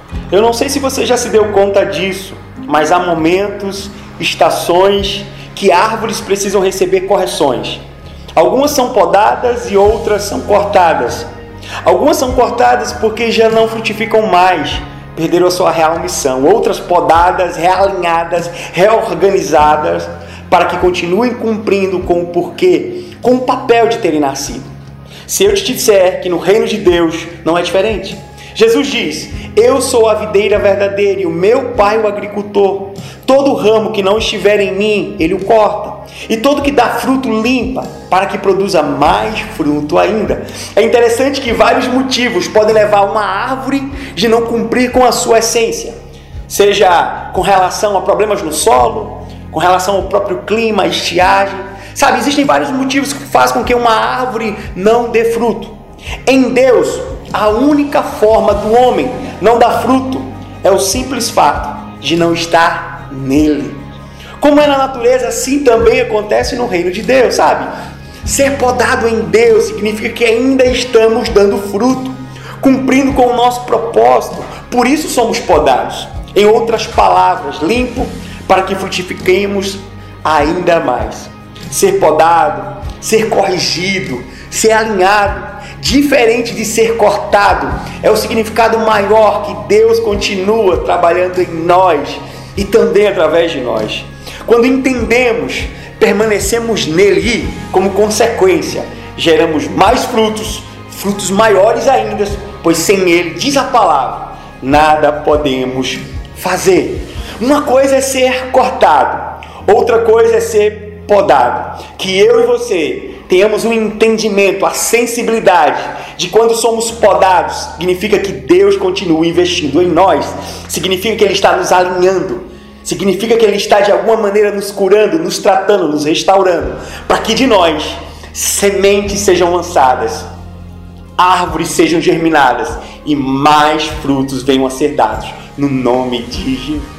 Eu não sei se você já se deu conta disso, mas há momentos, estações que árvores precisam receber correções. Algumas são podadas e outras são cortadas. Algumas são cortadas porque já não frutificam mais, perderam a sua real missão. Outras podadas, realinhadas, reorganizadas, para que continuem cumprindo com o porquê, com o papel de terem nascido. Se eu te disser que no reino de Deus não é diferente. Jesus diz: eu sou a videira verdadeira e o meu Pai o agricultor. Todo ramo que não estiver em mim, ele o corta. E todo que dá fruto limpa, para que produza mais fruto ainda. É interessante que vários motivos podem levar uma árvore de não cumprir com a sua essência. Seja com relação a problemas no solo, com relação ao próprio clima, a estiagem. Sabe, existem vários motivos que fazem com que uma árvore não dê fruto. Em Deus, a única forma do homem não dar fruto é o simples fato de não estar nele. Como é na natureza, assim também acontece no reino de Deus, sabe? Ser podado em Deus significa que ainda estamos dando fruto, cumprindo com o nosso propósito. Por isso somos podados. Em outras palavras, limpo para que frutifiquemos ainda mais. Ser podado, ser corrigido, ser alinhado, diferente de ser cortado, é o significado maior que Deus continua trabalhando em nós e também através de nós. Quando entendemos, permanecemos nele e, como consequência, geramos mais frutos, frutos maiores ainda, pois sem ele, diz a palavra, nada podemos fazer. Uma coisa é ser cortado, outra coisa é ser podado. Que eu e você tenhamos um entendimento, a sensibilidade de quando somos podados, significa que Deus continua investindo em nós, significa que Ele está nos alinhando, significa que Ele está de alguma maneira nos curando, nos tratando, nos restaurando, para que de nós sementes sejam lançadas, árvores sejam germinadas e mais frutos venham a ser dados, no nome de Jesus.